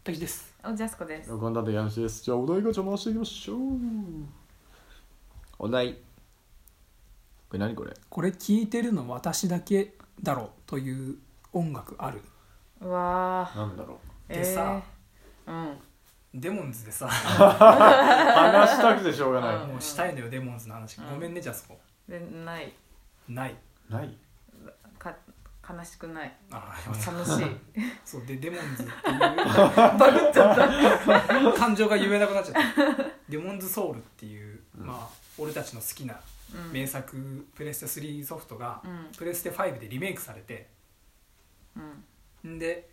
滝です。 ジャスコです。 ガンダムヤンシです。じゃあお題ガチャ回していきましょう。お題、これ何これ？ これ聞いてるの私だけだろという音楽ある？ うわなんだろう。 でさ、 デモンズでさ話したくてしょうがない。 もうしたいんだよデモンズの話、ごめんねジャスコ。 でないないか悲しくない。 寂しいそうでデモンズっていうバグっちゃった感情が言えなくなっちゃったデモンズソウルっていう、俺たちの好きな名作、プレステ3ソフトが、プレステ5でリメイクされて、で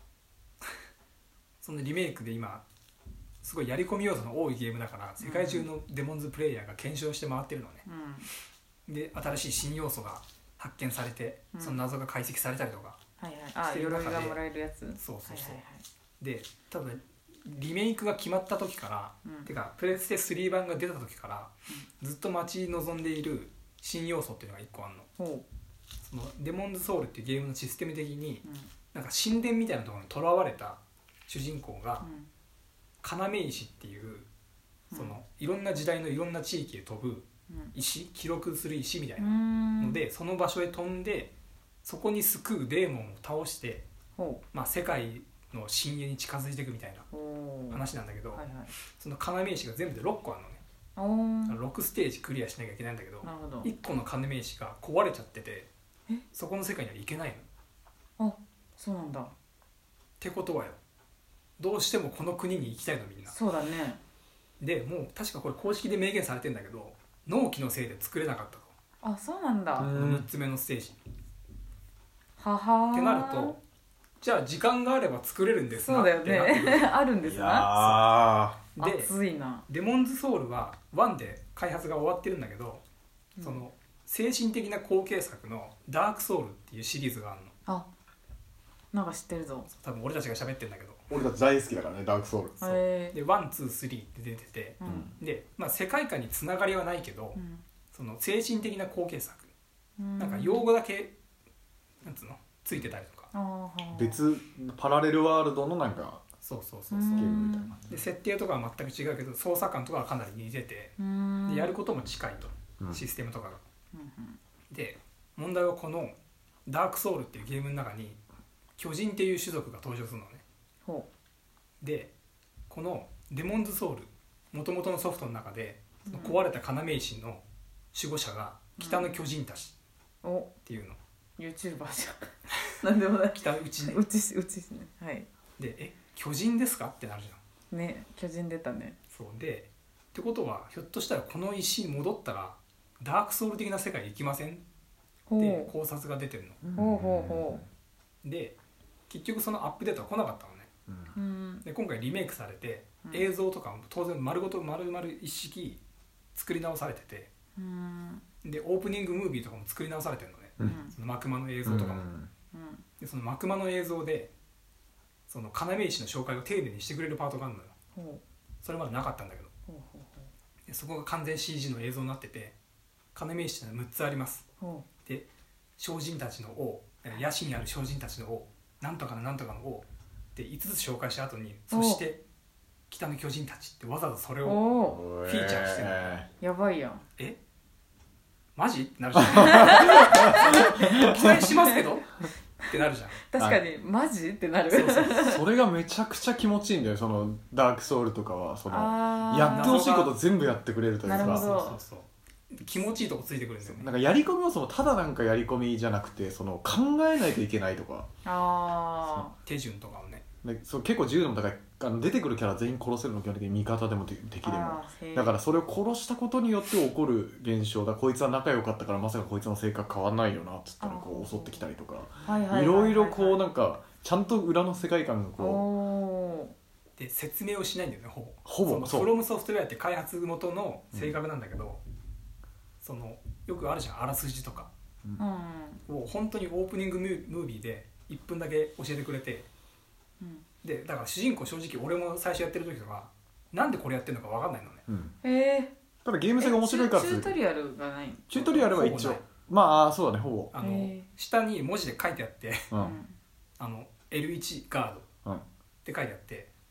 そのリメイクで今すごいやり込み要素の多いゲームだから世界中のデモンズプレイヤーが検証して回ってるのね、で新しい新要素が発見されて、その謎が解析されたりとかしてる中で、 鎧がもらえるやつ。 そう、で多分リメイクが決まった時から、てかプレステ3版が出た時から、ずっと待ち望んでいる新要素っていうのが1個あるの。そのデモンズソウルっていうゲームのシステム的に、なんか神殿みたいなところに囚われた主人公が、要石っていうそのいろんな時代のいろんな地域へ飛ぶ石、記録する石みたいなので、その場所へ飛んでそこに救うデーモンを倒して、世界の深淵に近づいていくみたいな話なんだけど、その要石が全部で6個あるのね。6ステージクリアしなきゃいけないんだけど、1個の要石が壊れちゃってて、そこの世界には行けないの。 あ、そうなんだ。 ってことはよ、どうしてもこの国に行きたいのみんな。 そうだね。 でもう確かこれ公式で明言されてんだけど、納期のせいで作れなかったと。 あ、そうなんだ。 6つ目のステージははってなると、じゃあ時間があれば作れるんですなってなってくる。 あるんですな。 で熱いな。 デモンズソウルは1で開発が終わってるんだけど、その精神的な後継作のダークソウルっていうシリーズがあるの。 あ、なんか知ってるぞ。 多分俺たちが喋ってるんだけど、 俺たち大好きだからね、ダークソウル。 で1、2、3って出てて、で、世界観につながりはないけど、その精神的な後継作、なんか用語だけなんつうのついてたりとか、 別パラレルワールドのなんかそうゲームみたいな。 で設定とかは全く違うけど操作感とかはかなり似てて、でやることも近いと、システムとかが、で問題はこのダークソウルっていうゲームの中に巨人っていう種族が登場するのね。でこのデモンズソウル元々のソフトの中で、壊れた要石の守護者が北の巨人たちっていうの、 YouTuber じゃんなんでもない。 北内ね。 内ですね。はい。 で巨人ですかってなるじゃんね。巨人出たね。 そうで、ってことはひょっとしたらこの石に戻ったらダークソウル的な世界に行きませんって考察が出てるの。で結局そのアップデートは来なかったのね。で今回リメイクされて、映像とかも当然丸々一式作り直されてて、でオープニングムービーとかも作り直されてるのね、そのマクマの映像とかも、でそのマクマの映像でその要石の紹介を丁寧にしてくれるパートがあるのよ。それまでなかったんだけど、でそこが完全 CG の映像になってて、要石ってのは6つあります。で精進たちの王、野心にある精進たちの王、なんとかのなんとかの王で5つ紹介した後に、そして北の巨人たちってわざわざそれをフィーチャーしてるの。 やばいやん。 マジってなるじゃん期待しますけどってなるじゃん。 確かにマジってなる。 それがめちゃくちゃ気持ちいいんだよ。そのダークソウルとかはそのやってほしいこと全部やってくれるというか、 なるほど。 そう気持ちいいとこついてくるんですよね。 なんかやり込み要素もただなんかやり込みじゃなくて、その考えないといけないとか、 手順とかをね、 そう結構自由度も高い。出てくるキャラ全員殺せるの基本的に味方でも敵でも、だからそれを殺したことによって起こる現象だ。こいつは仲良かったからまさかこいつの性格変わんないよなっつったらこう襲ってきたりとか、いろいろこうなんかちゃんと裏の世界観がこうで説明をしないんだよね。 ほぼフロムソフトウェアって開発元の性格なんだけど、そのよくあるじゃん、あらすじとかを本当にオープニングムービーで1分だけ教えてくれて、でだから主人公正直俺も最初やってる時とかなんでこれやってるのか分かんないのね。 ただゲーム性が面白いからチュートリアルがない。 チュートリアルは一応そうだね、ほぼ下に文字で書いてあってL1 ガードって書いてあって、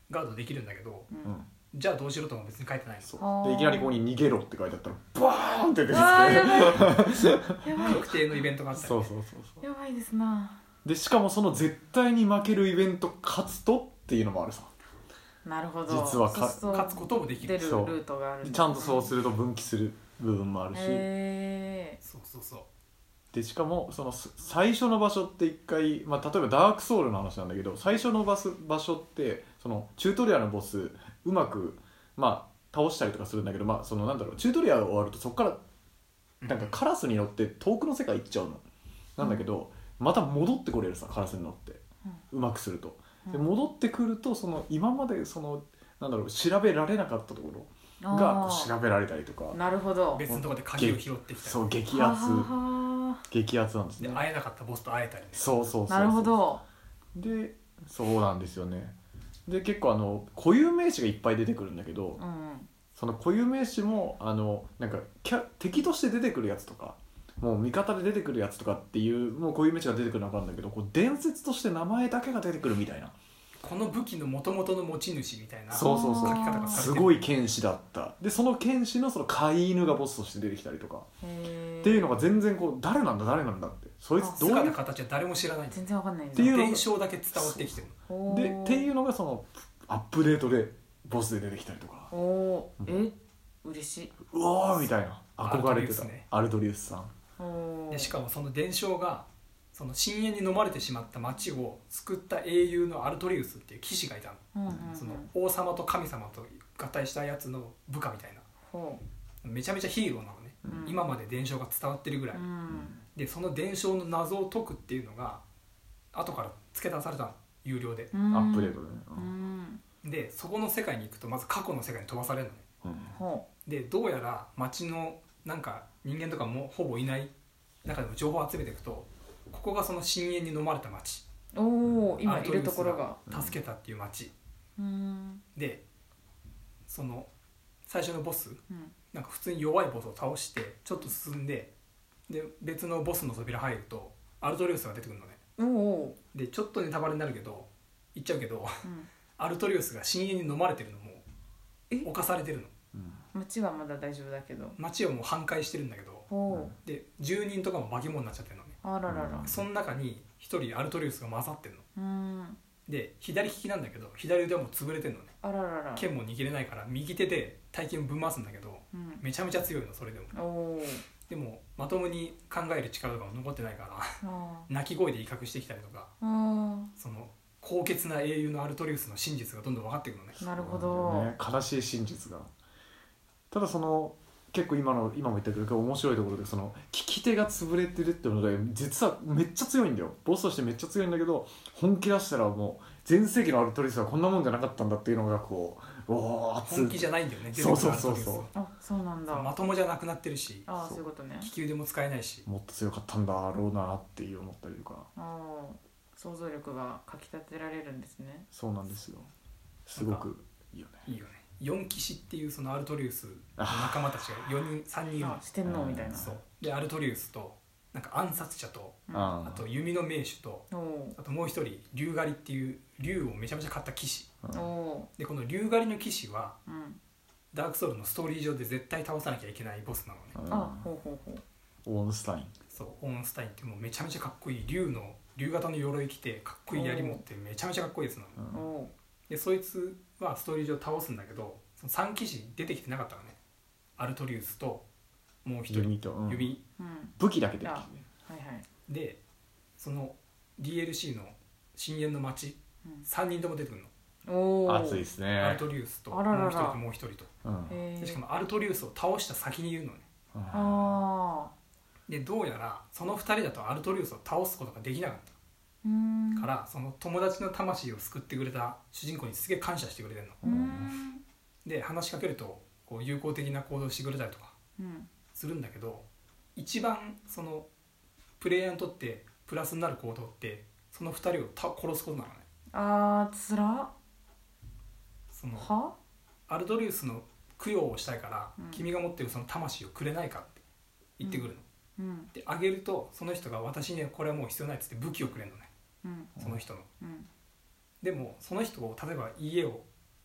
ガードできるんだけど、 うんじゃあどうしろとも別に書いてないの。 そうでいきなりここに逃げろって書いてあったらバーンって出てきてやばい確定のイベントがあったり、ね、 そうそうそうやばいですな。 でしかもその絶対に負けるイベント勝つとっていうのもあるさ。 なるほど。 実はそうすると勝つこともできる。 出るルートがあるんですね。 ちゃんとそうすると分岐する部分もあるし、 そうそうそう。 でしかもその最初の場所って一回、まあ、例えばダークソウルの話なんだけど、最初の場所ってそのチュートリアルのボスうまくまあ倒したりとかするんだけど、まあそのなんだろう、チュートリアル終わるとそこからなんかカラスに乗って遠くの世界行っちゃうの、なんだけど、また戻ってこれるさ、カラスに乗ってうまくすると。で戻ってくるとその今までそのなんだろう調べられなかったところがこう調べられたりとか、 なるほど。 別のところで鍵を拾ってきたり、 そう激はアツは激アツなんですね。 で会えなかったボスと会えたり、ね、 そうそうそうそう。 なるほど。 でそうなんですよね。で結構固有名詞がいっぱい出てくるんだけど、 うんその固有名詞もなんか敵として出てくるやつとかもう味方で出てくるやつとかっていうもう固有名詞が出てくるの分かるんだけど、こう伝説として名前だけが出てくるみたいな、 この武器の元々の持ち主みたいなそうそうそう書き方がされてる。 すごい剣士だった。でその剣士のその飼い犬がボスとして出てきたりとかっていうのが全然こう誰なんだってそいつどういう姿形は誰も知らないんだよ。 全然わかんないんだ。 っていうのが伝承だけ伝わってきてる。 でっていうのがそのアップデートでボスで出てきたりとか、 おお嬉しい。 うわーみたいな憧れてたアルドリウスさんでしかもその伝承がその深淵に飲まれてしまった町を救った英雄のアルトリウスっていう騎士がいたの、その王様と神様と合体したやつの部下みたいな、めちゃめちゃヒーローなのね、今まで伝承が伝わってるぐらい、でその伝承の謎を解くっていうのが後から付け足されたの、有料で、 アップデートで、 でそこの世界に行くとまず過去の世界に飛ばされるのね、でどうやら町のなんか人間とかもほぼいない中でも情報を集めていくと、ここがその深淵に飲まれた町、 今いるところが助けたっていう町、でその最初のボス、なんか普通に弱いボスを倒してちょっと進んで、で別のボスの扉入るとアルトリウスが出てくるのね。でちょっとネタバレになるけど言っちゃうけど、アルトリウスが深淵に飲まれてるのも侵されてるの。 町はまだ大丈夫だけど町をもう半壊してるんだけど、で住人とかも化け物になっちゃってるのね。 あららら。 その中に一人アルトリウスが混ざってるの。で左利きなんだけど左腕はもう潰れてるのね。 あららら。剣も握れないから右手で大剣をぶん回すんだけど、めちゃめちゃ強いのそれでも。でもまともに考える力とかも残ってないから鳴き声で威嚇してきたりとか、その高潔な英雄のアルトリウスの真実がどんどん分かってくるのね。 なるほど、 悲しい真実が。ただその結構今も言ったけど面白いところで、その利き手が潰れてるっていうので実はめっちゃ強いんだよ。ボスとしてめっちゃ強いんだけど、本気出したらもう全盛期のアルトリウスはこんなもんじゃなかったんだっていうのがこう本気じゃないんだよね。 そうそうそうそう。 あ、そうなんだ。 まともじゃなくなってるし、 そういうことね。 利き腕も使えないし、 もっと強かったんだろうなっていう思ったりとか、 想像力がかきたてられるんですね。 そうなんですよ。すごくいいよね。 いいよね。4騎士っていうそのアルトリウスの仲間たちが3人いるの。 四天王みたいな。 そうでアルトリウスとなんか暗殺者と、あと弓の名手と、あともう一人竜狩りっていう竜をめちゃめちゃ買った騎士で、この竜狩りの騎士は、ダークソウルのストーリー上で絶対倒さなきゃいけないボスなのね。 オーンスタイン。 そう、オーンスタインってもうめちゃめちゃかっこいい竜型の鎧着てかっこいい槍持ってめちゃめちゃかっこいいやつなの。でそいつはストーリー上倒すんだけど、その3騎士出てきてなかったのね。アルトリウスともう一人弓、 武器だけ出てきて、 でその DLC の深淵の町、3人とも出てくるの。熱いですね。 アルトリウスともう一人ともう一人と、でしかもアルトリウスを倒した先にいるのね。でどうやらその2人だとアルトリウスを倒すことができなかったから、その友達の魂を救ってくれた主人公にすげえ感謝してくれてるの。で話しかけるとこう友好的な行動してくれたりとかするんだけど、一番そのプレイヤーにとってプラスになる行動ってその2人を殺すことなのね。 つらそのアルトリウスの供養をしたいから、君が持ってるその魂をくれないかって言ってくるの。であげるとその人が私にはこれはもう必要ないっつって武器をくれるのね、その人の。でもその人を例えば家を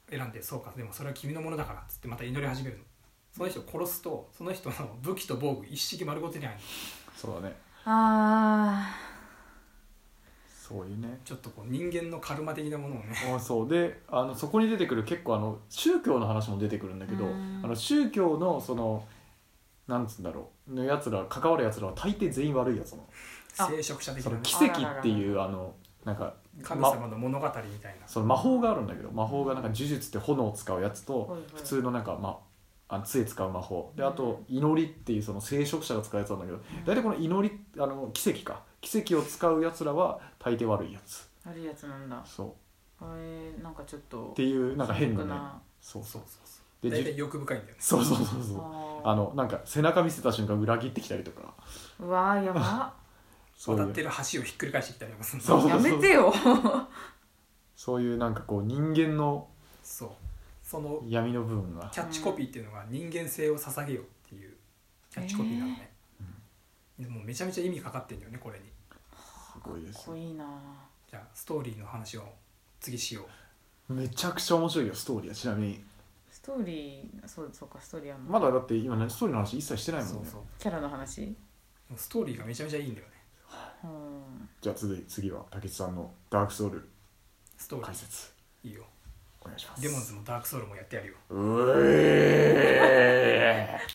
選んで、そうかでもそれは君のものだからっつってまた祈り始めるの。その人を殺すとその人の武器と防具一式丸ごとに入るの。 そうだね。 あそういうね、 ちょっとこう人間のカルマ的なものをね。 そうでそこに出てくる結構宗教の話も出てくるんだけど、宗教のそのなんつうんだろうのやつら、関わるやつらは大抵全員悪いやつなの。 聖職者的な、 その奇跡っていうなんか神様の物語みたいな、 その魔法があるんだけど、魔法がなんか呪術って炎を使うやつと普通のなんか杖使う魔法で、あと祈りっていうその聖職者が使うやつなんだけど、大体この祈り奇跡を使うやつらは大抵悪いやつ。 悪いやつなんだ。 そうなんかちょっとっていうなんか変なね。 そうで大体欲深いんだよね。 そうなんか背中見せた瞬間裏切ってきたりとか、 うわーやば渡ってる橋をひっくり返してきたりとかする。 そうやめてよそういうなんかこう人間のその闇の部分がキャッチコピーっていうのが人間性を捧げようっていうキャッチコピーなのね、でもめちゃめちゃ意味かかってんだよねこれに。 すごいです。 かっこいいな。 じゃあストーリーの話を次しよう。めちゃくちゃ面白いよストーリーは。ちなみにストーリーそうかストーリーあんのまだだって今ねストーリーの話一切してないもんね。 キャラの話。 ストーリーがめちゃめちゃいいんだよね。 じゃあ次は竹内さんのダークソウルストーリー解説いいよ。 お願いします。 デモンズのダークソウルもやってやるよ。 うえー